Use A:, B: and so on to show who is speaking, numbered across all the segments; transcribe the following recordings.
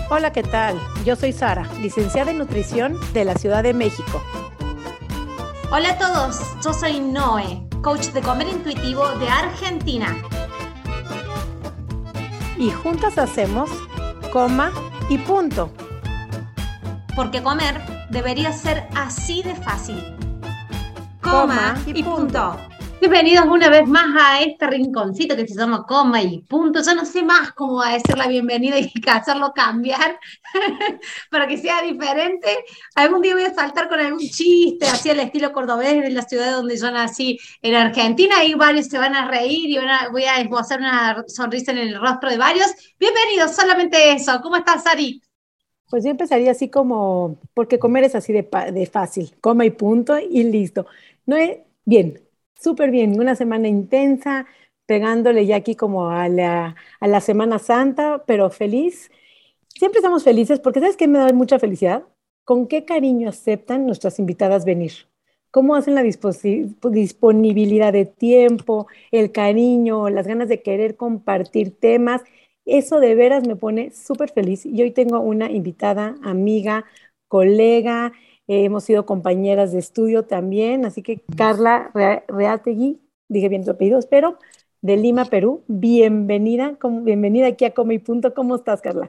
A: Hola, ¿qué tal? Yo soy Sara, licenciada en nutrición de la Ciudad de México.
B: Hola a todos, yo soy Noé, coach de comer intuitivo de Argentina.
A: Y juntas hacemos Coma y Punto.
B: Porque comer debería ser así de fácil.
A: Coma y punto.
B: Bienvenidos una vez más a este rinconcito que se llama Coma y Punto. Yo no sé más cómo decir la bienvenida y hacerlo cambiar para que sea diferente. Algún día voy a saltar con algún chiste, así al estilo cordobés de la ciudad donde yo nací, en Argentina, y varios se van a reír y voy a esbozar una sonrisa en el rostro de varios. Bienvenidos, solamente eso. ¿Cómo estás, Sari?
A: Pues yo empezaría así como, porque comer es así de fácil, coma y punto y listo. No es bien, súper bien, una semana intensa, pegándole ya aquí como a la Semana Santa, pero feliz. Siempre estamos felices porque ¿sabes qué me da mucha felicidad? Con qué cariño aceptan nuestras invitadas venir. Cómo hacen la disponibilidad de tiempo, el cariño, las ganas de querer compartir temas. Eso de veras me pone súper feliz. Y hoy tengo una invitada, amiga, colega, hemos sido compañeras de estudio también. Así que Carla Reategui, dije bien tu apellido, espero, de Lima, Perú. Bienvenida, bienvenida aquí a Come y Punto. ¿Cómo estás, Carla?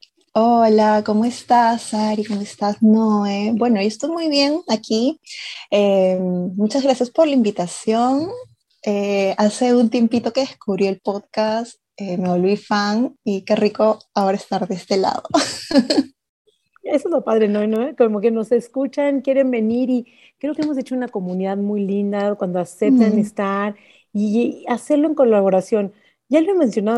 C: Hola, ¿cómo estás, Ari? ¿Cómo estás, Noé? Bueno, yo estoy muy bien aquí. Muchas gracias por la invitación. Hace un tiempito que descubrí el podcast, me volví fan y qué rico ahora estar de este lado.
A: Eso es lo padre, ¿no? ¿No? Como que nos escuchan, quieren venir y creo que hemos hecho una comunidad muy linda cuando aceptan
C: Mm,
A: estar y hacerlo en colaboración. Ya lo he mencionado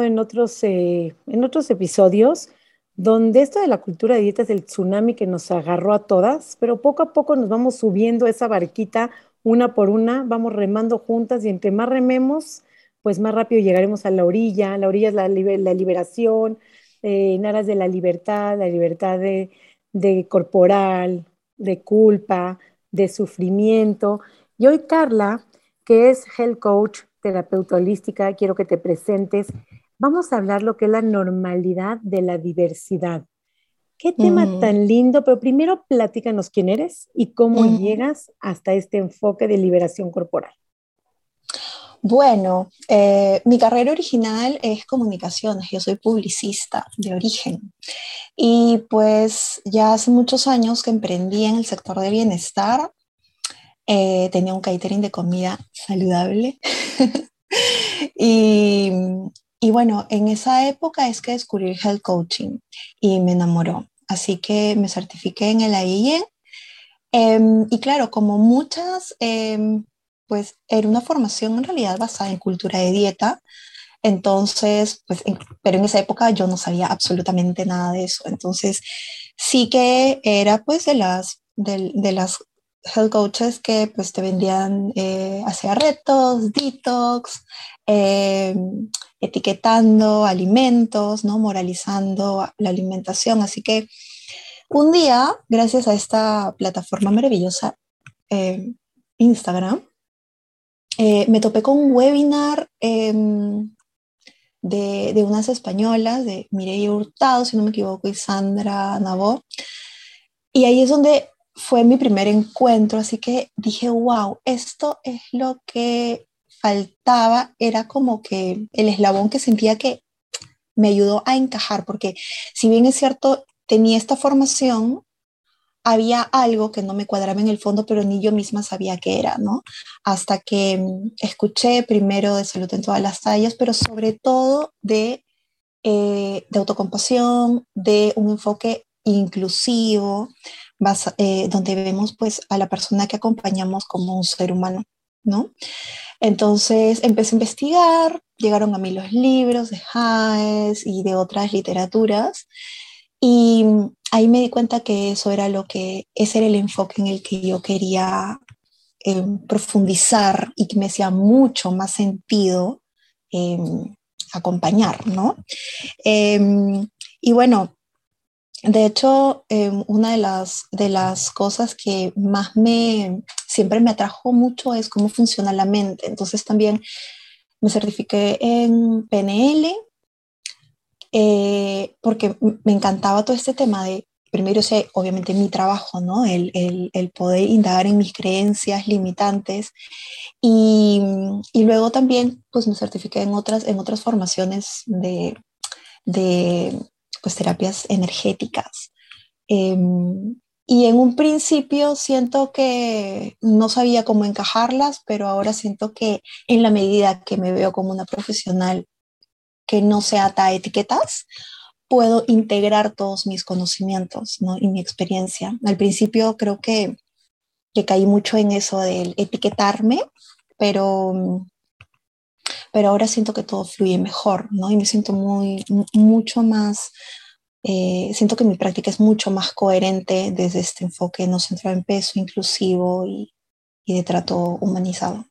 A: en otros episodios, donde esto de la cultura de dieta es el tsunami que nos agarró a todas, pero poco a poco nos vamos subiendo esa barquita una por una, vamos remando juntas y entre más rememos, pues más rápido llegaremos a la orilla. La orilla es la liberación, en aras de la libertad de corporal, de culpa, de sufrimiento. Y hoy Carla, que es health coach, terapeuta holística, quiero que te presentes. Vamos a hablar lo que es la normalidad de la diversidad. Qué tema
C: mm,
A: tan lindo, pero primero platícanos quién eres y cómo
C: mm.
A: llegas hasta este enfoque de liberación corporal.
C: Bueno, mi carrera original es comunicaciones, yo soy publicista de origen y pues ya hace muchos años que emprendí en el sector de bienestar. Tenía un catering de comida saludable. y, y bueno, en esa época es que descubrí el health coaching y me enamoró. Así que me certifiqué en el AIE. Y claro, como muchas, pues era una formación en realidad basada en cultura de dieta. Entonces, pues, pero en esa época yo no sabía absolutamente nada de eso. Entonces, sí que era pues de las health coaches que pues te vendían, hacía retos, detox, eh, etiquetando alimentos, ¿no? Moralizando la alimentación. Así que un día, gracias a esta plataforma maravillosa, eh, Instagram, me topé con un webinar. De unas españolas, de Mireia Hurtado, si no me equivoco, y Sandra Nabó. Y ahí es donde fue mi primer encuentro, así que dije, wow, esto es lo que faltaba, era como que el eslabón que sentía que me ayudó a encajar, porque si bien es cierto, tenía esta formación, había algo que no me cuadraba en el fondo, pero ni yo misma sabía qué era, ¿no? Hasta que escuché primero de salud en todas las tallas, pero sobre todo de autocompasión, de un enfoque inclusivo, donde vemos pues a la persona que acompañamos como un ser humano, ¿no? Entonces empecé a investigar, llegaron a mí los libros de Haes y de otras literaturas, y ahí me di cuenta que ese era el enfoque en el que yo quería profundizar y que me hacía mucho más sentido eh, acompañar, ¿no? Y bueno, de hecho, una de las cosas que siempre me atrajo mucho es cómo funciona la mente. Entonces también me certifiqué en PNL, porque me encantaba todo este tema de, primero, obviamente mi trabajo, ¿no? El poder indagar en mis creencias limitantes y, y luego también pues me certifiqué en otras formaciones de pues, terapias energéticas. Eh, y en un principio siento que no sabía cómo encajarlas, pero ahora siento que en la medida que me veo como una profesional que no se ata a etiquetas, puedo integrar todos mis conocimientos, ¿no? Y mi experiencia. Al principio creo que caí mucho en eso del etiquetarme, pero, pero ahora siento que todo fluye mejor, ¿no? Y me siento mucho más, siento que mi práctica es mucho más coherente desde este enfoque no centrado en peso, inclusivo y de trato humanizado.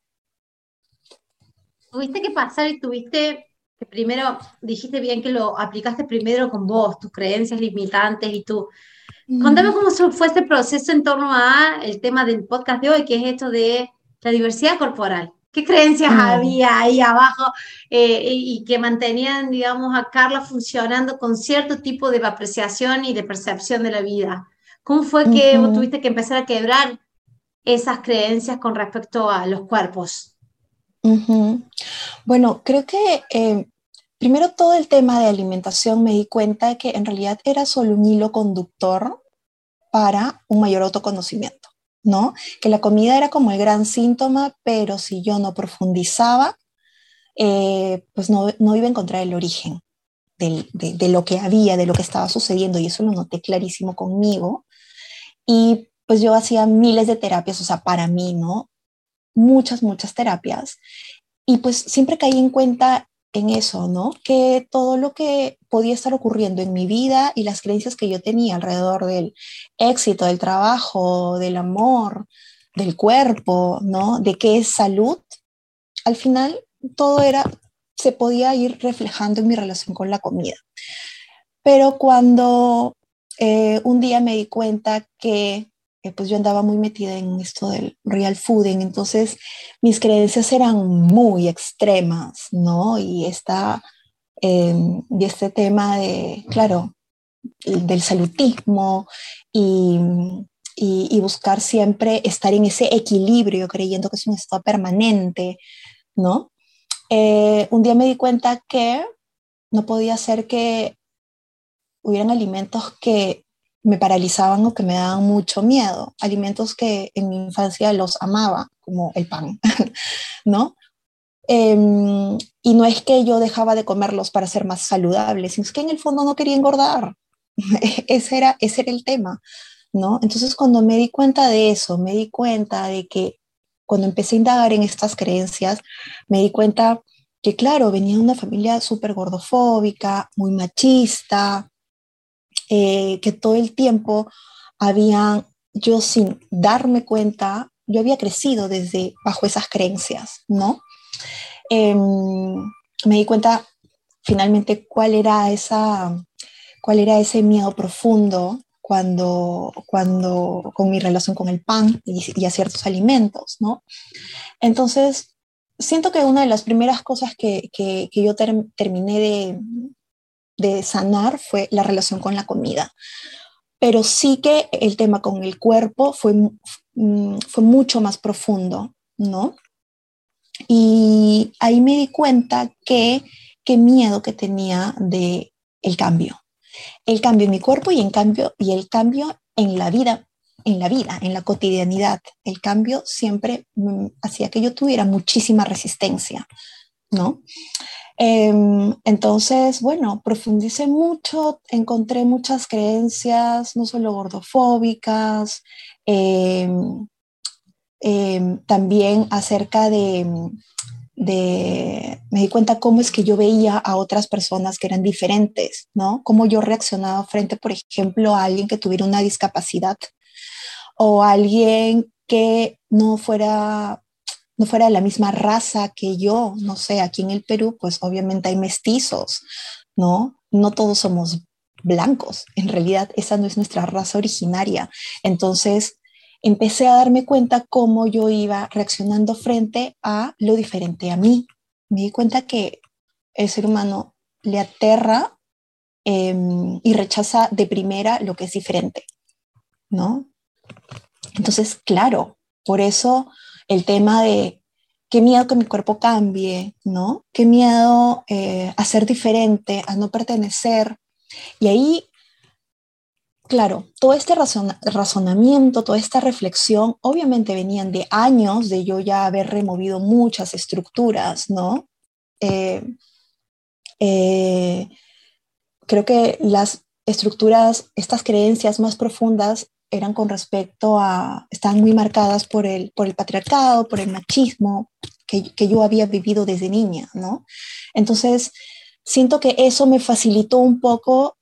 B: Tuviste que pasar y tuviste que primero, dijiste bien que lo aplicaste primero con vos, tus creencias limitantes y tú. Contame cómo fue ese proceso en torno a el tema del podcast de hoy, que es esto de la diversidad corporal. ¿Qué creencias
C: Mm,
B: había ahí abajo y que mantenían, digamos, a Carla funcionando con cierto tipo de apreciación y de percepción de la vida? ¿Cómo fue que vos
C: ujú,
B: tuviste que empezar a quebrar esas creencias con respecto a los cuerpos?
C: ujú. Bueno, creo que primero todo el tema de alimentación me di cuenta de que en realidad era solo un hilo conductor para un mayor autoconocimiento, ¿no? Que la comida era como el gran síntoma, pero si yo no profundizaba, pues no iba a encontrar el origen de lo que había, de lo que estaba sucediendo, y eso lo noté clarísimo conmigo. Y pues yo hacía miles de terapias, o sea, para mí, ¿no? Muchas terapias. Y pues siempre caí en cuenta en eso, ¿no? Que todo lo que podía estar ocurriendo en mi vida y las creencias que yo tenía alrededor del éxito, del trabajo, del amor, del cuerpo, ¿no? De qué es salud, al final todo se podía ir reflejando en mi relación con la comida. Pero cuando un día me di cuenta que pues yo andaba muy metida en esto del real fooding, entonces mis creencias eran muy extremas, ¿no? Y este tema de, claro, del salutismo y, y buscar siempre estar en ese equilibrio, creyendo que es un estado permanente, ¿no? Un día me di cuenta que no podía ser que hubieran alimentos que me paralizaban o que me daban mucho miedo, alimentos que en mi infancia los amaba, como el pan, ¿no? Y no es que yo dejaba de comerlos para ser más saludable, sino es que en el fondo no quería engordar. Ese era el tema, ¿no? Entonces cuando me di cuenta de eso, me di cuenta de que cuando empecé a indagar en estas creencias, me di cuenta que, claro, venía de una familia súper gordofóbica, muy machista, que todo el tiempo yo sin darme cuenta, yo había crecido desde bajo esas creencias, ¿no? Me di cuenta finalmente cuál era ese miedo profundo cuando con mi relación con el pan y a ciertos alimentos, ¿no? Entonces, siento que una de las primeras cosas que yo terminé de sanar fue la relación con la comida, pero sí que el tema con el cuerpo fue mucho más profundo, ¿no? Y ahí me di cuenta qué miedo que tenía de el cambio en mi cuerpo y el cambio en la cotidianidad. El cambio siempre hacía que yo tuviera muchísima resistencia, ¿no? Entonces, bueno, profundicé mucho, encontré muchas creencias, no solo gordofóbicas, eh, también acerca me di cuenta cómo es que yo veía a otras personas que eran diferentes, ¿no? Cómo yo reaccionaba frente, por ejemplo, a alguien que tuviera una discapacidad o a alguien que no fuera de la misma raza que yo, no sé, aquí en el Perú, pues obviamente hay mestizos, ¿no? No todos somos blancos, en realidad esa no es nuestra raza originaria. Entonces, empecé a darme cuenta cómo yo iba reaccionando frente a lo diferente a mí. Me di cuenta que el ser humano le aterra y rechaza de primera lo que es diferente, ¿no? Entonces, claro, por eso el tema de qué miedo que mi cuerpo cambie, ¿no? Qué miedo a ser diferente, a no pertenecer. Y ahí, claro, todo este razonamiento, toda esta reflexión, obviamente venían de años de yo ya haber removido muchas estructuras, ¿no? Eh, eh, Creo que las estructuras, estas creencias más profundas eran con respecto a, están muy marcadas por el patriarcado, por el machismo que yo había vivido desde niña, ¿no? Entonces, siento que eso me facilitó un poco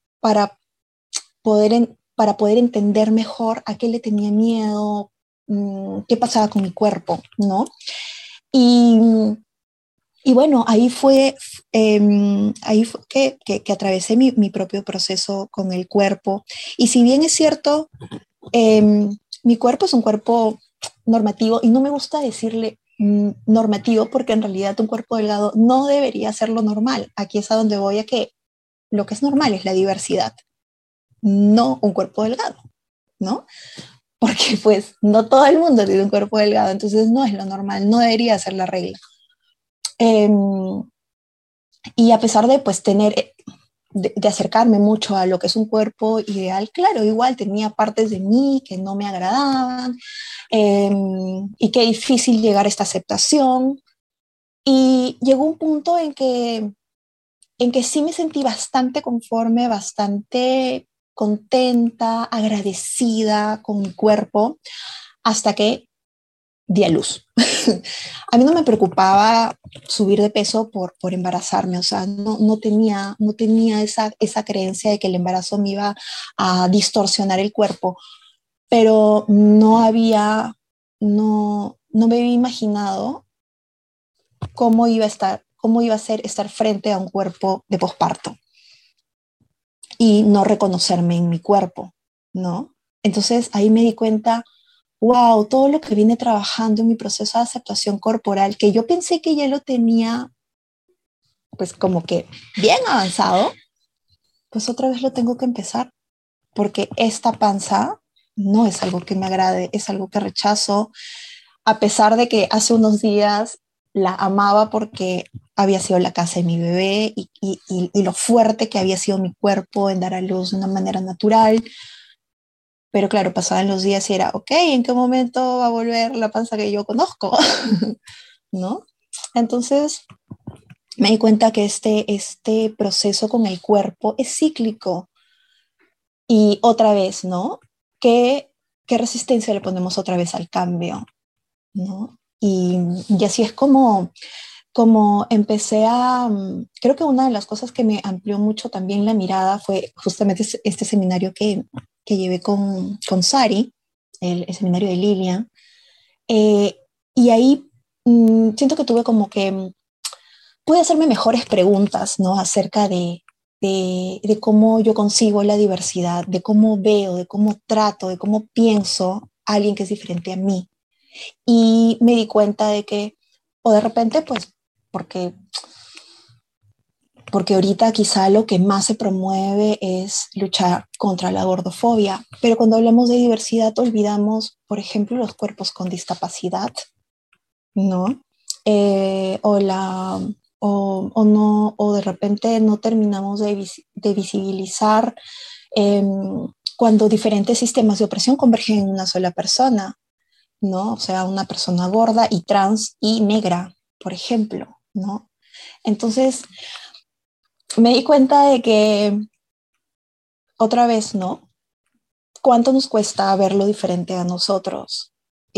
C: para poder entender mejor a qué le tenía miedo, qué pasaba con mi cuerpo, ¿no? Y, y bueno, ahí fue que atravesé mi propio proceso con el cuerpo. Y si bien es cierto, mi cuerpo es un cuerpo normativo y no me gusta decirle normativo porque en realidad un cuerpo delgado no debería ser lo normal. Aquí es a donde voy a que lo que es normal es la diversidad, no un cuerpo delgado, ¿no? Porque pues no todo el mundo tiene un cuerpo delgado, entonces no es lo normal, no debería ser la regla. Eh, y a pesar de pues tener, de acercarme mucho a lo que es un cuerpo ideal, claro, igual tenía partes de mí que no me agradaban eh, y qué difícil llegar a esta aceptación. Y llegó un punto en que sí me sentí bastante conforme, bastante contenta, agradecida con mi cuerpo, hasta que di a luz. A mí no me preocupaba subir de peso por embarazarme, o sea, no tenía esa creencia de que el embarazo me iba a distorsionar el cuerpo, pero no me había imaginado cómo iba a ser estar frente a un cuerpo de posparto y no reconocerme en mi cuerpo, ¿no? Entonces ahí me di cuenta, wow, todo lo que vine trabajando en mi proceso de aceptación corporal, que yo pensé que ya lo tenía, pues como que bien avanzado, pues otra vez lo tengo que empezar, porque esta panza no es algo que me agrade, es algo que rechazo, a pesar de que hace unos días la amaba porque había sido la casa de mi bebé y lo fuerte que había sido mi cuerpo en dar a luz de una manera natural. Pero claro, pasaban los días y era, ok, ¿en qué momento va a volver la panza que yo conozco? ¿No? Entonces me di cuenta que este proceso con el cuerpo es cíclico. Y otra vez, ¿no? ¿Qué resistencia le ponemos otra vez al cambio? ¿No? Y así es como empecé creo que una de las cosas que me amplió mucho también la mirada fue justamente este seminario que llevé con Sari, el seminario de Lilian. Eh, y ahí siento que tuve como que pude hacerme mejores preguntas, ¿no? Acerca de cómo yo consigo la diversidad, de cómo veo, de cómo trato, de cómo pienso a alguien que es diferente a mí. Y me di cuenta de que, o de repente, pues, porque, porque ahorita quizá lo que más se promueve es luchar contra la gordofobia, pero cuando hablamos de diversidad olvidamos, por ejemplo, los cuerpos con discapacidad, ¿no? O la no, o de repente no terminamos de visibilizar eh, cuando diferentes sistemas de opresión convergen en una sola persona, ¿no? O sea, una persona gorda y trans y negra, por ejemplo, ¿no? Entonces, me di cuenta de que, otra vez, ¿no? ¿Cuánto nos cuesta verlo diferente a nosotros?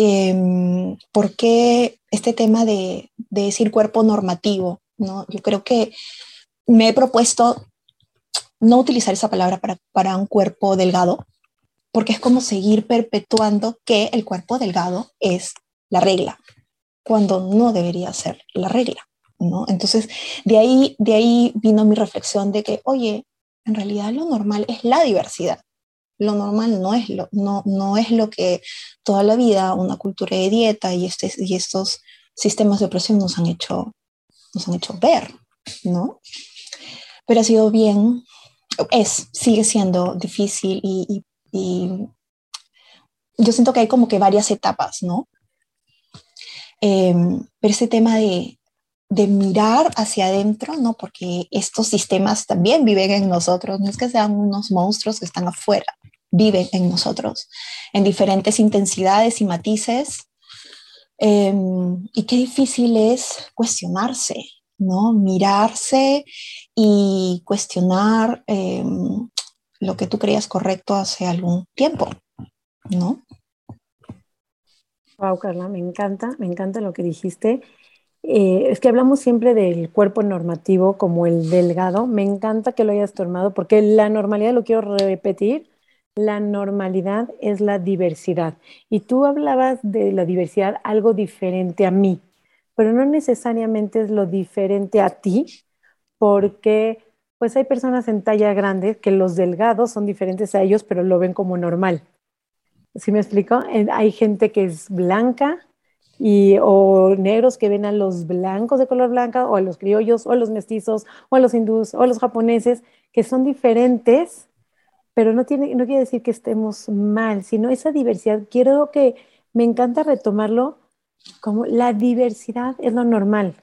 C: ¿Por qué este tema de decir cuerpo normativo, ¿no? Yo creo que me he propuesto no utilizar esa palabra para un cuerpo delgado, porque es como seguir perpetuando que el cuerpo delgado es la regla, cuando no debería ser la regla, ¿no? Entonces, de ahí vino mi reflexión de que, oye, en realidad lo normal es la diversidad. Lo normal no es lo que toda la vida una cultura de dieta y estos sistemas de opresión nos han hecho ver, ¿no? Pero ha sido bien sigue siendo difícil y yo siento que hay como que varias etapas, ¿no? Pero ese tema de mirar hacia adentro, ¿no? Porque estos sistemas también viven en nosotros, no es que sean unos monstruos que están afuera, viven en nosotros, en diferentes intensidades y matices. Y qué difícil es cuestionarse, ¿no? Mirarse y cuestionar lo que tú creías correcto hace algún tiempo, ¿no?
A: Wow, Carla, me encanta lo que dijiste. Es que hablamos siempre del cuerpo normativo como el delgado. Me encanta que lo hayas tomado porque la normalidad, lo quiero repetir, la normalidad es la diversidad. Y tú hablabas de la diversidad, algo diferente a mí, pero no necesariamente es lo diferente a ti, porque pues hay personas en talla grande que los delgados son diferentes a ellos, pero lo ven como normal. ¿Sí me explico? Hay gente que es blanca o negros que ven a los blancos de color blanca o a los criollos o a los mestizos o a los hindús o a los japoneses que son diferentes, pero no quiere decir que estemos mal, sino esa diversidad. Quiero que me encanta retomarlo como la diversidad es lo normal.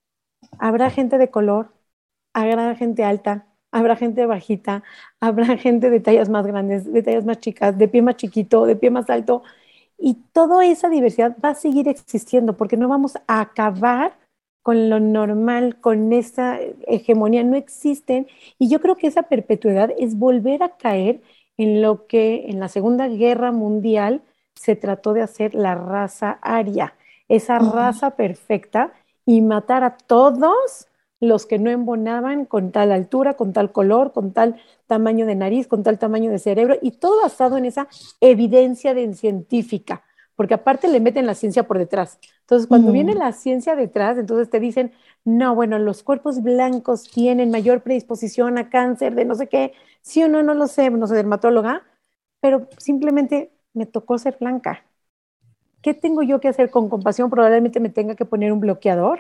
A: Habrá gente de color, habrá gente alta, habrá gente bajita, habrá gente de tallas más grandes, de tallas más chicas, de pie más chiquito, de pie más alto. Y toda esa diversidad va a seguir existiendo porque no vamos a acabar con lo normal, con esa hegemonía. No existen. Y yo creo que esa perpetuidad es volver a caer en lo que en la Segunda Guerra Mundial se trató de hacer la raza aria, esa raza perfecta y matar a todos los que no embonaban con tal altura, con tal color, con tal tamaño de nariz, con tal tamaño de cerebro, y todo basado en esa evidencia científica, porque aparte le meten la ciencia por detrás. Entonces, cuando viene la ciencia detrás, entonces te dicen, no, bueno, los cuerpos blancos tienen mayor predisposición a cáncer de no sé qué, sí o no, no lo sé, no soy dermatóloga, pero simplemente me tocó ser blanca. ¿Qué tengo yo que hacer con compasión? Probablemente me tenga que poner un bloqueador,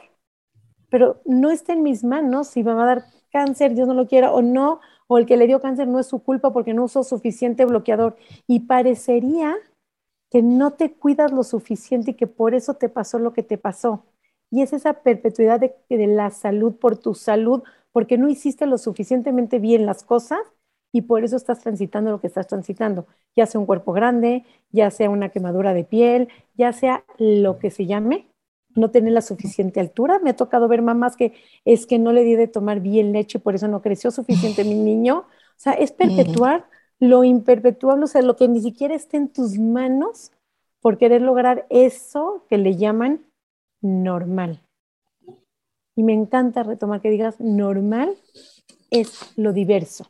A: pero no está en mis manos si me va a dar cáncer, Dios no lo quiera, o no, o el que le dio cáncer no es su culpa porque no usó suficiente bloqueador. Y parecería que no te cuidas lo suficiente y que por eso te pasó lo que te pasó. Y es esa perpetuidad de la salud por tu salud, porque no hiciste lo suficientemente bien las cosas y por eso estás transitando lo que estás transitando, ya sea un cuerpo grande, ya sea una quemadura de piel, ya sea lo que se llame, no tener la suficiente altura. Me ha tocado ver mamás que es que no le di de tomar bien leche y por eso no creció suficiente mi niño. O sea, es perpetuar lo imperpetuable, o sea, lo que ni siquiera esté en tus manos por querer lograr eso que le llaman normal. Y me encanta retomar que digas normal es lo diverso.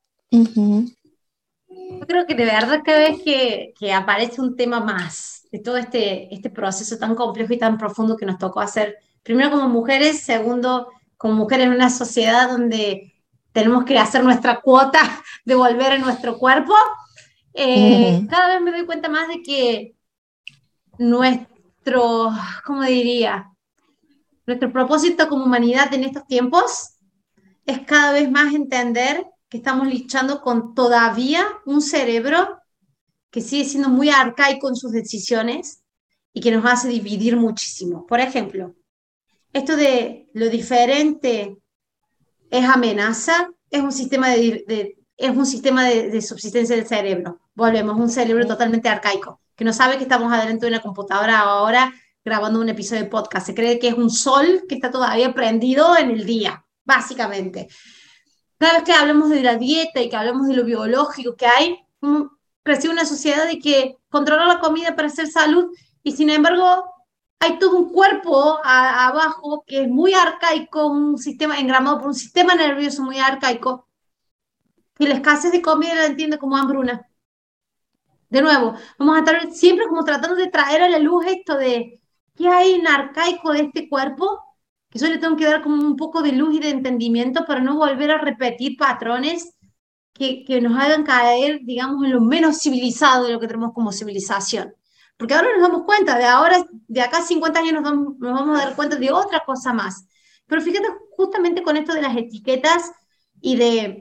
B: Yo creo que de verdad cada vez que aparece un tema más de todo este proceso tan complejo y tan profundo que nos tocó hacer, primero como mujeres, segundo como mujeres en una sociedad donde tenemos que hacer nuestra cuota de volver a nuestro cuerpo, cada vez me doy cuenta más de que nuestro, ¿cómo diría? Nuestro propósito como humanidad en estos tiempos es cada vez más entender que estamos luchando con todavía un cerebro que sigue siendo muy arcaico en sus decisiones y que nos hace dividir muchísimo. Por ejemplo, esto de lo diferente es amenaza, es un sistema es un sistema de subsistencia del cerebro. Volvemos, un cerebro totalmente arcaico, que no sabe que estamos adentro de una computadora ahora grabando un episodio de podcast. Se cree que es un sol que está todavía prendido en el día, básicamente. Cada vez que hablamos de la dieta y que hablamos de lo biológico que hay, recibe una sociedad de que controlar la comida para hacer salud y sin embargo hay todo un cuerpo abajo que es muy arcaico, un sistema engramado por un sistema nervioso muy arcaico, que la escasez de comida la entiende como hambruna. De nuevo, vamos a estar siempre como tratando de traer a la luz esto de qué hay en arcaico de este cuerpo, que yo le tengo que dar como un poco de luz y de entendimiento para no volver a repetir patrones que nos hagan caer, digamos, en lo menos civilizado de lo que tenemos como civilización. Porque ahora nos damos cuenta, de acá a 50 años nos vamos a dar cuenta de otra cosa más. Pero fíjate, justamente con esto de las etiquetas y de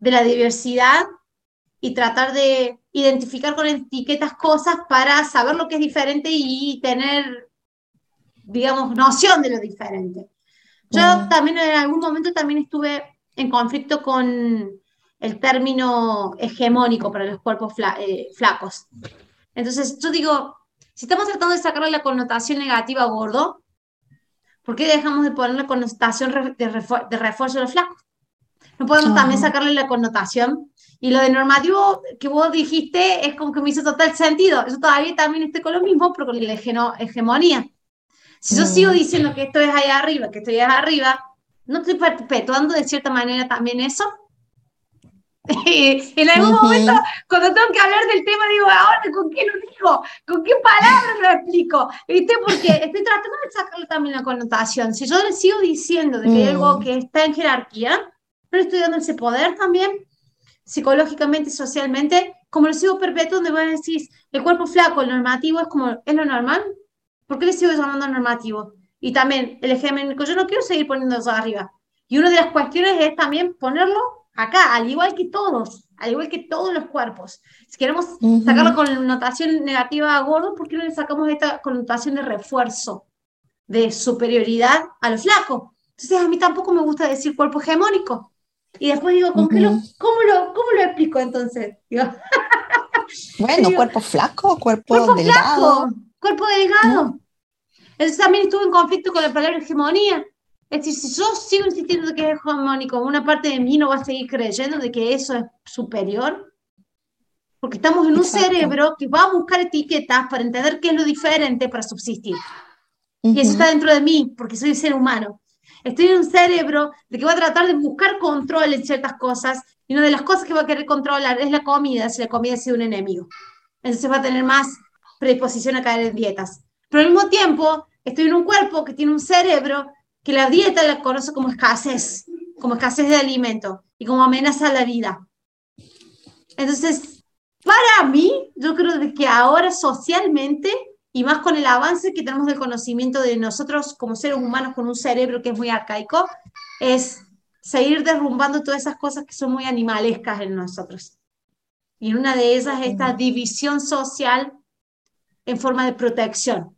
B: de la diversidad y tratar de identificar con etiquetas cosas para saber lo que es diferente y tener, digamos, noción de lo diferente. Yo también en algún momento también estuve en conflicto con el término hegemónico para los cuerpos flacos. Entonces yo digo, si estamos tratando de sacarle la connotación negativa a gordo, ¿por qué dejamos de poner la connotación de refuerzo a los flacos? No podemos también sacarle la connotación. Y lo de normativo que vos dijiste es como que me hizo total sentido. Yo todavía también estoy con lo mismo, pero con la hegemonía. Si yo sigo diciendo que esto es allá arriba, que esto es allá arriba, ¿no estoy perpetuando de cierta manera también eso? En algún momento, cuando tengo que hablar del tema, digo, ahora, ¿con qué lo digo? ¿Con qué palabras lo explico? ¿Viste? Porque estoy tratando de sacarle también la connotación. Si yo le sigo diciendo de que hay algo que está en jerarquía, no le estoy dando ese poder también, psicológicamente, socialmente, como lo sigo perpetuando, me van a decir, el cuerpo flaco, el normativo, es lo normal. ¿Por qué le sigo llamando normativo? Y también el hegemónico, yo no quiero seguir poniendo eso arriba. Y una de las cuestiones es también ponerlo acá, al igual que todos los cuerpos. Si queremos sacar la connotación negativa a gordo, ¿por qué no le sacamos esta connotación de refuerzo, de superioridad a lo flaco? Entonces a mí tampoco me gusta decir cuerpo hegemónico. Y después digo, ¿cómo lo explico entonces? Digo,
C: bueno,
B: digo,
C: cuerpo flaco, cuerpo delgado.
B: Flaco, cuerpo delgado. Entonces también estuve en conflicto con la palabra hegemonía. Es decir, si yo sigo insistiendo de que es hegemónico, una parte de mí no va a seguir creyendo de que eso es superior, porque estamos en un cerebro que va a buscar etiquetas para entender qué es lo diferente para subsistir. Y eso está dentro de mí, porque soy un ser humano. Estoy en un cerebro de que va a tratar de buscar control en ciertas cosas, y una de las cosas que va a querer controlar es la comida, si la comida ha sido un enemigo. Entonces va a tener más predisposición a caer en dietas. Pero al mismo tiempo, estoy en un cuerpo que tiene un cerebro que la dieta la conoce como escasez de alimento y como amenaza a la vida. Entonces, para mí, yo creo que ahora socialmente, y más con el avance que tenemos del conocimiento de nosotros como seres humanos con un cerebro que es muy arcaico, es seguir derrumbando todas esas cosas que son muy animalescas en nosotros. Y en una de ellas es esta división social en forma de protección.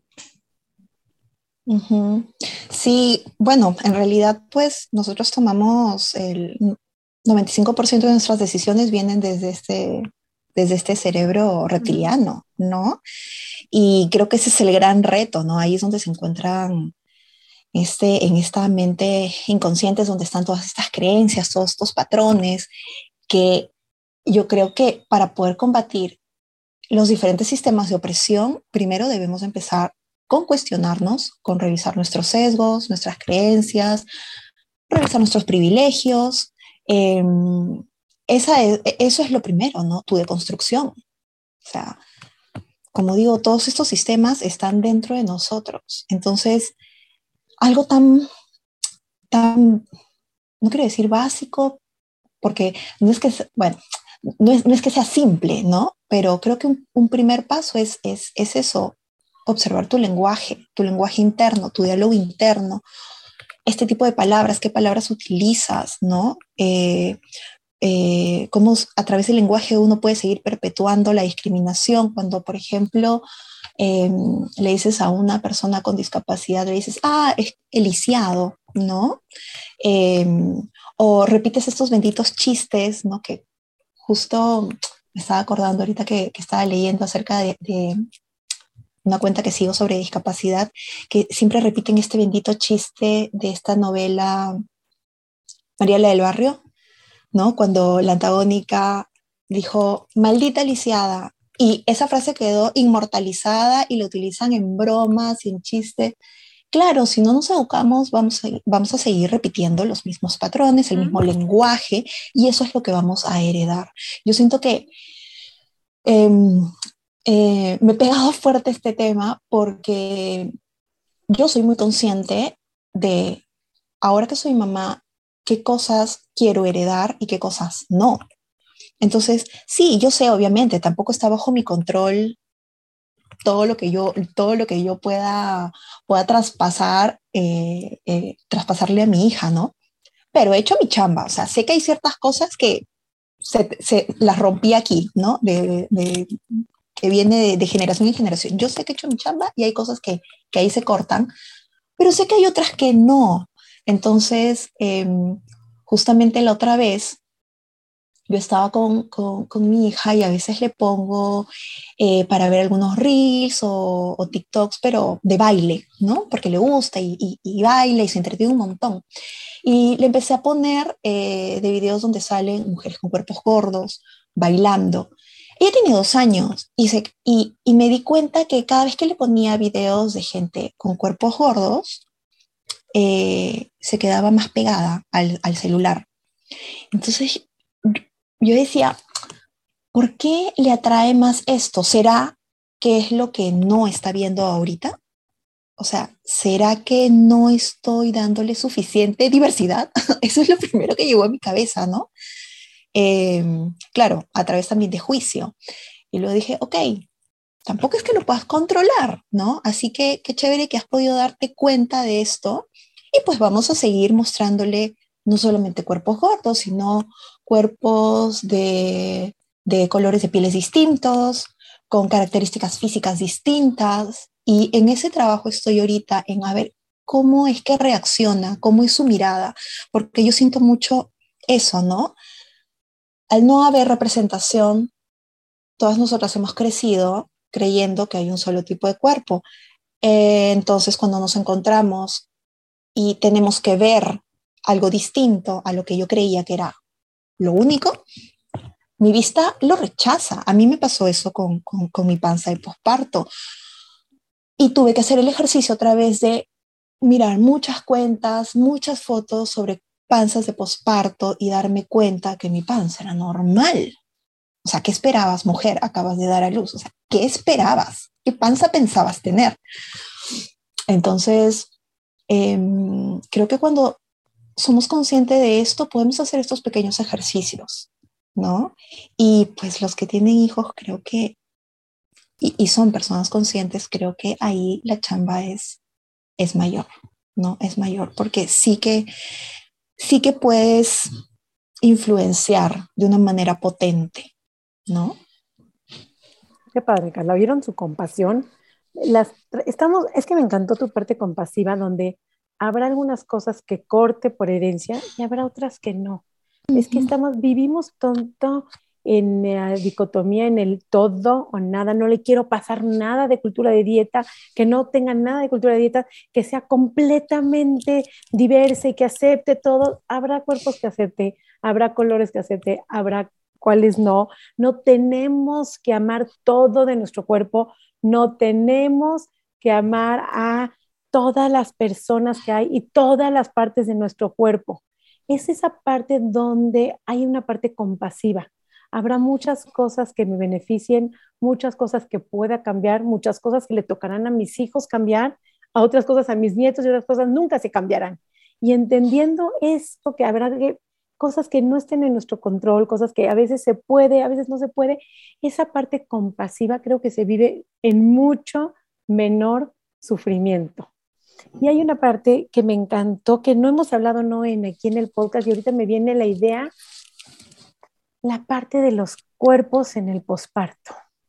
C: Sí, bueno, en realidad pues nosotros tomamos el 95% de nuestras decisiones vienen desde este cerebro reptiliano, ¿no? Y creo que ese es el gran reto, ¿no? Ahí es donde se encuentran en esta mente inconsciente, es donde están todas estas creencias, todos estos patrones, que yo creo que para poder combatir los diferentes sistemas de opresión, primero debemos empezar con cuestionarnos, con revisar nuestros sesgos, nuestras creencias, revisar nuestros privilegios. Eso es lo primero, ¿no? Tu deconstrucción. O sea, como digo, todos estos sistemas están dentro de nosotros. Entonces, algo tan, no quiero decir básico, porque no es que, bueno, no es que sea simple, ¿no? Pero creo que un primer paso es eso, observar tu lenguaje interno, tu diálogo interno, este tipo de palabras, qué palabras utilizas, ¿no? Cómo a través del lenguaje uno puede seguir perpetuando la discriminación cuando, por ejemplo, le dices a una persona con discapacidad, le dices, es el lisiado, ¿no? O repites estos benditos chistes, ¿no? Que justo me estaba acordando ahorita que estaba leyendo acerca de una cuenta que sigo sobre discapacidad, que siempre repiten este bendito chiste de esta novela Mariela del Barrio, ¿no? Cuando la antagónica dijo, maldita lisiada, y esa frase quedó inmortalizada y la utilizan en bromas y en chistes. Claro, si no nos educamos, vamos a seguir repitiendo los mismos patrones, el mismo lenguaje, y eso es lo que vamos a heredar. Yo siento que me he pegado fuerte este tema porque yo soy muy consciente de, ahora que soy mamá, qué cosas quiero heredar y qué cosas no. Entonces, sí, yo sé, obviamente, tampoco está bajo mi control todo lo que yo pueda traspasar, traspasarle a mi hija, ¿no? Pero he hecho mi chamba, o sea, sé que hay ciertas cosas que se las rompí aquí, ¿no? Que viene de generación en generación. Yo sé que he hecho mi chamba y hay cosas que ahí se cortan, pero sé que hay otras que no. Entonces, justamente la otra vez, yo estaba con mi hija y a veces le pongo para ver algunos reels o TikToks, pero de baile, ¿no? Porque le gusta y baila y se entretiene un montón. Y le empecé a poner de videos donde salen mujeres con cuerpos gordos, bailando. Ella tiene 2 años y me di cuenta que cada vez que le ponía videos de gente con cuerpos gordos, se quedaba más pegada al celular. Entonces yo decía, ¿por qué le atrae más esto? ¿Será que es lo que no está viendo ahorita? O sea, ¿será que no estoy dándole suficiente diversidad? Eso es lo primero que llegó a mi cabeza, ¿no? Claro, a través también de juicio. Y luego dije, ok, tampoco es que lo puedas controlar, ¿no? Así que qué chévere que has podido darte cuenta de esto. Y pues vamos a seguir mostrándole no solamente cuerpos gordos, sino cuerpos de colores de pieles distintos, con características físicas distintas. Y en ese trabajo estoy ahorita en a ver cómo es que reacciona, cómo es su mirada, porque yo siento mucho eso, ¿no? Al no haber representación, todas nosotras hemos crecido creyendo que hay un solo tipo de cuerpo. Entonces, cuando nos encontramos y tenemos que ver algo distinto a lo que yo creía que era lo único, mi vista lo rechaza. A mí me pasó eso con mi panza de posparto. Y tuve que hacer el ejercicio otra vez de mirar muchas cuentas, muchas fotos sobre panzas de posparto y darme cuenta que mi panza era normal. O sea, ¿qué esperabas, mujer? Acabas de dar a luz. O sea, ¿qué esperabas? ¿Qué panza pensabas tener? Entonces, creo que cuando somos conscientes de esto, podemos hacer estos pequeños ejercicios, ¿no? Y pues los que tienen hijos, creo que, y son personas conscientes, creo que ahí la chamba es mayor, ¿no? Es mayor, porque sí que puedes influenciar de una manera potente, ¿no?
A: Qué padre, Carla. ¿Vieron su compasión? Es que me encantó tu parte compasiva, donde habrá algunas cosas que corte por herencia y habrá otras que no. Es que vivimos tonto en la dicotomía, en el todo o nada. No le quiero pasar nada de cultura de dieta, que no tenga nada de cultura de dieta, que sea completamente diversa y que acepte todo. Habrá cuerpos que acepte, habrá colores que acepte, habrá cuáles no. No tenemos que amar todo de nuestro cuerpo, no tenemos que amar a todas las personas que hay y todas las partes de nuestro cuerpo. Es esa parte donde hay una parte compasiva. Habrá muchas cosas que me beneficien, muchas cosas que pueda cambiar, muchas cosas que le tocarán a mis hijos cambiar, a otras cosas a mis nietos y otras cosas nunca se cambiarán. Y entendiendo esto, que habrá cosas que no estén en nuestro control, cosas que a veces se puede, a veces no se puede, esa parte compasiva creo que se vive en mucho menor sufrimiento. Y hay una parte que me encantó, que no hemos hablado no en, aquí en el podcast, y ahorita me viene la idea, la parte de los cuerpos en el posparto.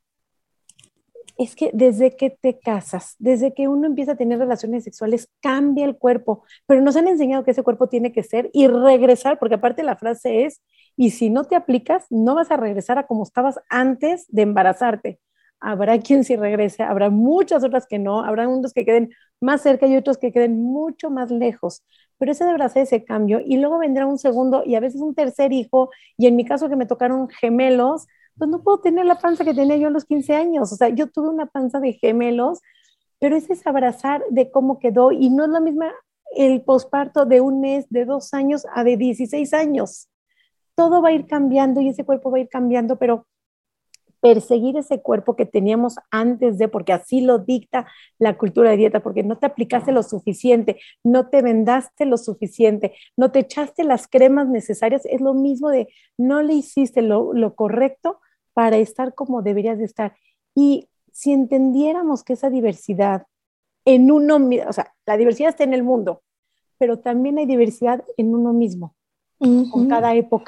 A: Es que desde que te casas, desde que uno empieza a tener relaciones sexuales, cambia el cuerpo, pero nos han enseñado que ese cuerpo tiene que ser y regresar, porque aparte la frase es, y si no te aplicas, no vas a regresar a como estabas antes de embarazarte. Habrá quien sí regrese, habrá muchas otras que no, habrá unos que queden más cerca y otros que queden mucho más lejos, pero ese deberá ser ese cambio y luego vendrá un segundo y a veces un tercer hijo, y en mi caso que me tocaron gemelos, pues no puedo tener la panza que tenía yo a los 15 años. O sea, yo tuve una panza de gemelos, pero ese es abrazar de cómo quedó y no es la misma el posparto de un mes, de 2 años a de 16 años. Todo va a ir cambiando y ese cuerpo va a ir cambiando, pero perseguir ese cuerpo que teníamos antes de, porque así lo dicta la cultura de dieta, porque no te aplicaste lo suficiente, no te vendaste lo suficiente, no te echaste las cremas necesarias, es lo mismo de no le hiciste lo correcto para estar como deberías de estar. Y si entendiéramos que esa diversidad en uno mismo, o sea, la diversidad está en el mundo, pero también hay diversidad en uno mismo, con cada época,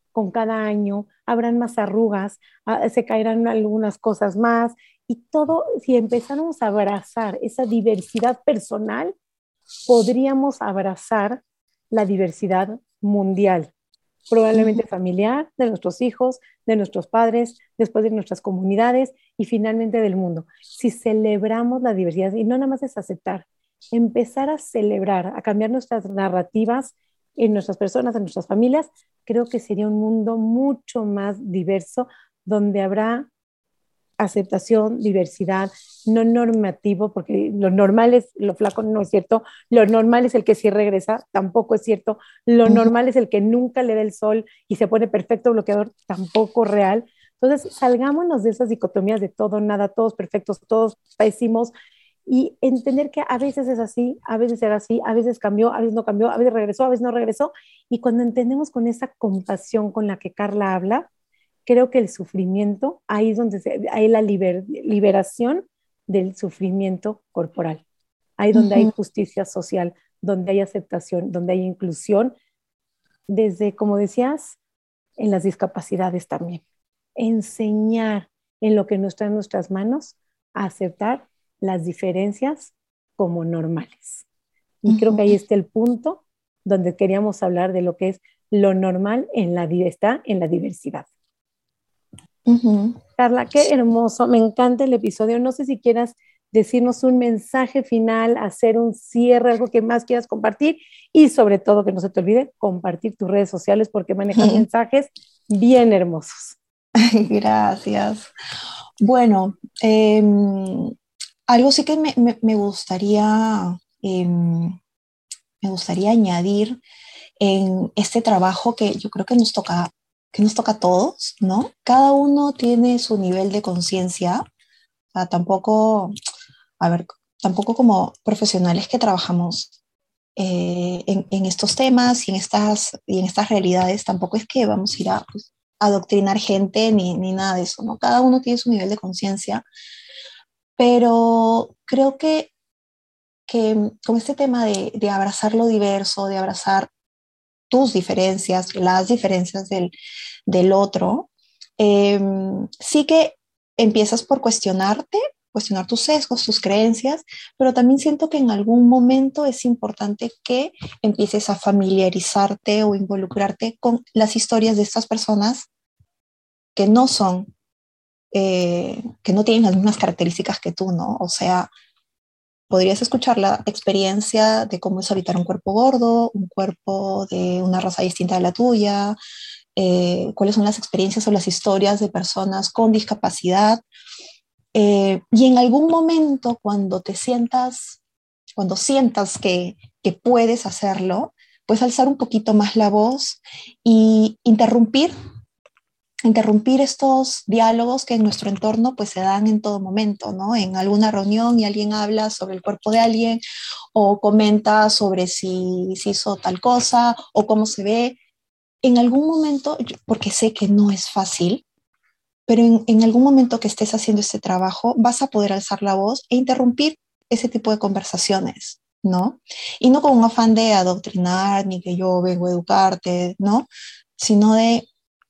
A: con cada año, habrán más arrugas, se caerán algunas cosas más, y todo, si empezáramos a abrazar esa diversidad personal, podríamos abrazar la diversidad mundial, probablemente familiar, de nuestros hijos, de nuestros padres, después de nuestras comunidades y finalmente del mundo. Si celebramos la diversidad, y no nada más es aceptar, empezar a celebrar, a cambiar nuestras narrativas en nuestras personas, en nuestras familias, creo que sería un mundo mucho más diverso, donde habrá aceptación, diversidad, no normativo, porque lo normal es, lo flaco no es cierto, lo normal es el que sí regresa, tampoco es cierto, lo normal es el que nunca le da el sol y se pone perfecto bloqueador, tampoco real. Entonces, salgámonos de esas dicotomías de todo, nada, todos perfectos, todos pésimos, y entender que a veces es así, a veces era así, a veces cambió, a veces no cambió, a veces regresó, a veces no regresó, y cuando entendemos con esa compasión con la que Carla habla, creo que el sufrimiento, ahí es donde hay la liberación del sufrimiento corporal, ahí donde hay justicia social, donde hay aceptación, donde hay inclusión, desde, como decías, en las discapacidades también. Enseñar en lo que no está en nuestras manos a aceptar las diferencias como normales. Y creo que ahí está el punto donde queríamos hablar de lo que es lo normal está en la diversidad. Carla, qué hermoso, me encanta el episodio. No sé si quieras decirnos un mensaje final, hacer un cierre, algo que más quieras compartir, y sobre todo que no se te olvide compartir tus redes sociales, porque manejas mensajes bien hermosos.
C: Gracias. Bueno, algo sí que me gustaría, me gustaría añadir en este trabajo que yo creo que nos toca a todos, ¿no? Cada uno tiene su nivel de conciencia, o sea, tampoco, a ver, tampoco como profesionales que trabajamos en estos temas y en estas realidades, tampoco es que vamos a ir a pues, adoctrinar gente ni nada de eso, ¿no? Cada uno tiene su nivel de conciencia, pero creo que con este tema de abrazar lo diverso, de abrazar tus diferencias, las diferencias del otro, sí que empiezas por cuestionar tus sesgos, tus creencias, pero también siento que en algún momento es importante que empieces a familiarizarte o involucrarte con las historias de estas personas que no son, que no tienen las mismas características que tú, ¿no? O sea, podrías escuchar la experiencia de cómo es habitar un cuerpo gordo, un cuerpo de una raza distinta de la tuya, cuáles son las experiencias o las historias de personas con discapacidad. Y en algún momento, cuando sientas que puedes hacerlo, pues alzar un poquito más la voz y interrumpir estos diálogos que en nuestro entorno pues se dan en todo momento, ¿no? En alguna reunión y alguien habla sobre el cuerpo de alguien o comenta sobre si hizo tal cosa o cómo se ve. En algún momento, porque sé que no es fácil, pero en algún momento que estés haciendo este trabajo vas a poder alzar la voz e interrumpir ese tipo de conversaciones, ¿no? Y no con un afán de adoctrinar ni que yo vengo a educarte, ¿no? Sino de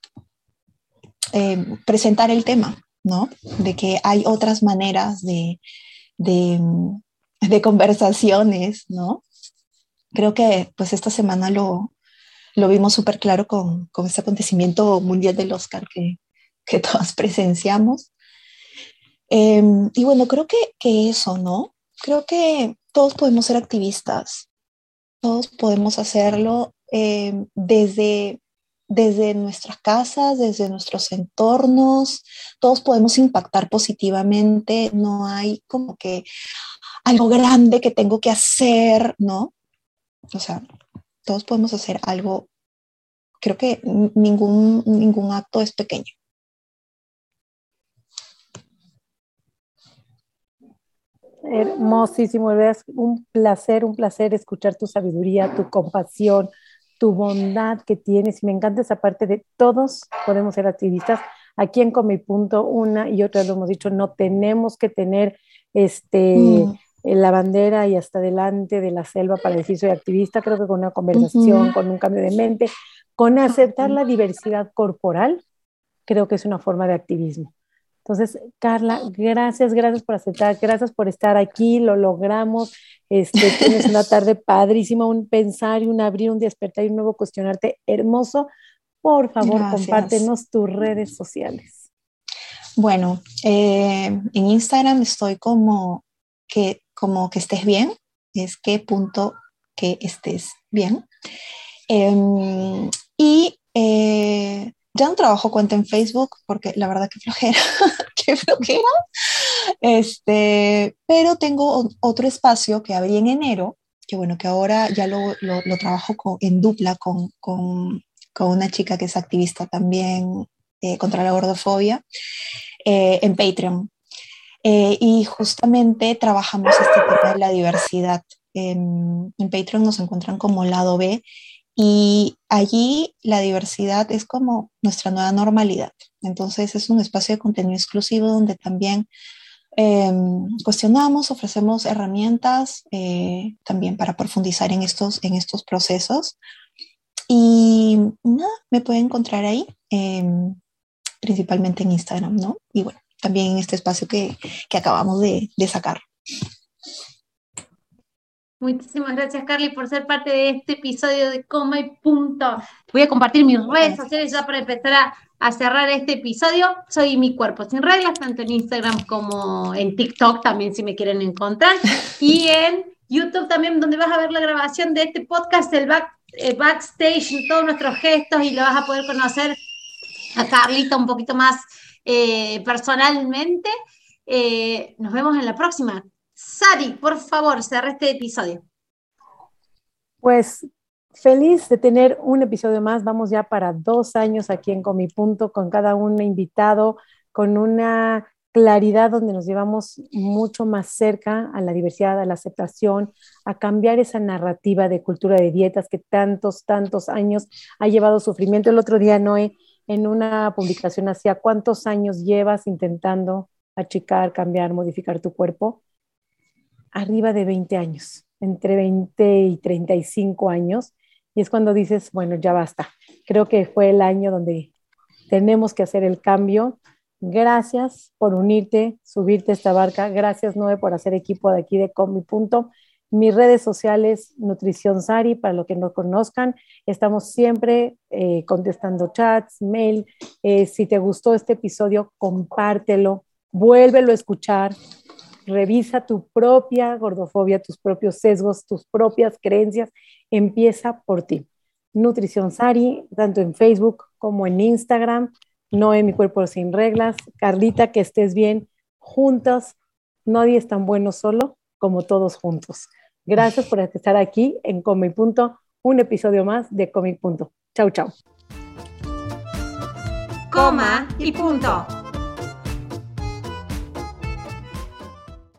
C: presentar el tema, ¿no? De que hay otras maneras de, de conversaciones, ¿no? Creo que pues esta semana lo vimos súper claro con este acontecimiento mundial del Oscar que todas presenciamos. Y bueno, creo que eso, ¿no? Creo que todos podemos ser activistas, todos podemos hacerlo desde nuestras casas, desde nuestros entornos, todos podemos impactar positivamente, no hay como que algo grande que tengo que hacer, ¿no? O sea, todos podemos hacer algo, creo que ningún acto es pequeño.
A: Hermosísimo, es un placer escuchar tu sabiduría, tu compasión, tu bondad que tienes. Y me encanta esa parte de todos podemos ser activistas. Aquí en Come y Punto, una y otra lo hemos dicho, no tenemos que tener la bandera y hasta delante de la selva para decir soy activista. Creo que con una conversación, con un cambio de mente, Con aceptar la diversidad corporal, creo que es una forma de activismo. Entonces, Carla, gracias por aceptar, gracias por estar aquí, lo logramos. Tienes una tarde padrísima, un pensar y un abrir, un despertar y un nuevo cuestionarte hermoso. Por favor, compártenos tus redes sociales.
C: Bueno, en Instagram estoy como que estés bien, es que estés bien. Y ya no trabajo cuenta en Facebook porque la verdad que flojera, qué flojera. Pero tengo otro espacio que abrí en enero, que bueno, que ahora ya lo trabajo en dupla con una chica que es activista también contra la gordofobia, en Patreon. Y justamente trabajamos este tema de la diversidad. En Patreon nos encuentran como Lado B, y allí la diversidad es como nuestra nueva normalidad. Entonces es un espacio de contenido exclusivo donde también cuestionamos, ofrecemos herramientas también para profundizar en estos procesos. Y nada, me pueden encontrar ahí, principalmente en Instagram, ¿no? Y bueno, también en este espacio que acabamos de sacar.
B: Muchísimas gracias, Carly, por ser parte de este episodio de Coma y Punto. Voy a compartir mis redes sociales ya para empezar a cerrar este episodio. Soy Mi Cuerpo Sin Reglas, tanto en Instagram como en TikTok también, si me quieren encontrar. Y en YouTube también, donde vas a ver la grabación de este podcast, el backstage, todos nuestros gestos, y lo vas a poder conocer a Carlita un poquito más personalmente. Nos vemos en la próxima. Sari, por favor, cerra este episodio.
A: Pues feliz de tener un episodio más. Vamos ya para 2 años aquí en Con Mi Punto, con cada uno invitado, con una claridad donde nos llevamos mucho más cerca a la diversidad, a la aceptación, a cambiar esa narrativa de cultura de dietas que tantos años ha llevado sufrimiento. El otro día, Noé, en una publicación hacía, ¿cuántos años llevas intentando achicar, cambiar, modificar tu cuerpo? Arriba de 20 años, entre 20 y 35 años, y es cuando dices, bueno, ya basta. Creo que fue el año donde tenemos que hacer el cambio. Gracias por unirte, subirte a esta barca. Gracias, Noé, por hacer equipo de aquí de Con Mi Punto. Mis redes sociales, Nutrición Sari, para los que no conozcan. Estamos siempre contestando chats, mail. Si te gustó este episodio, compártelo, vuélvelo a escuchar. Revisa tu propia gordofobia, tus propios sesgos, tus propias creencias. Empieza por ti. Nutrición Sari, tanto en Facebook como en Instagram. Noé, Mi Cuerpo Sin Reglas. Carlita, que estés bien. Juntas, nadie es tan bueno solo como todos juntos. Gracias por estar aquí en Con Mi Punto, un episodio más de Con Mi Punto. Chau, chau.
B: Coma y punto.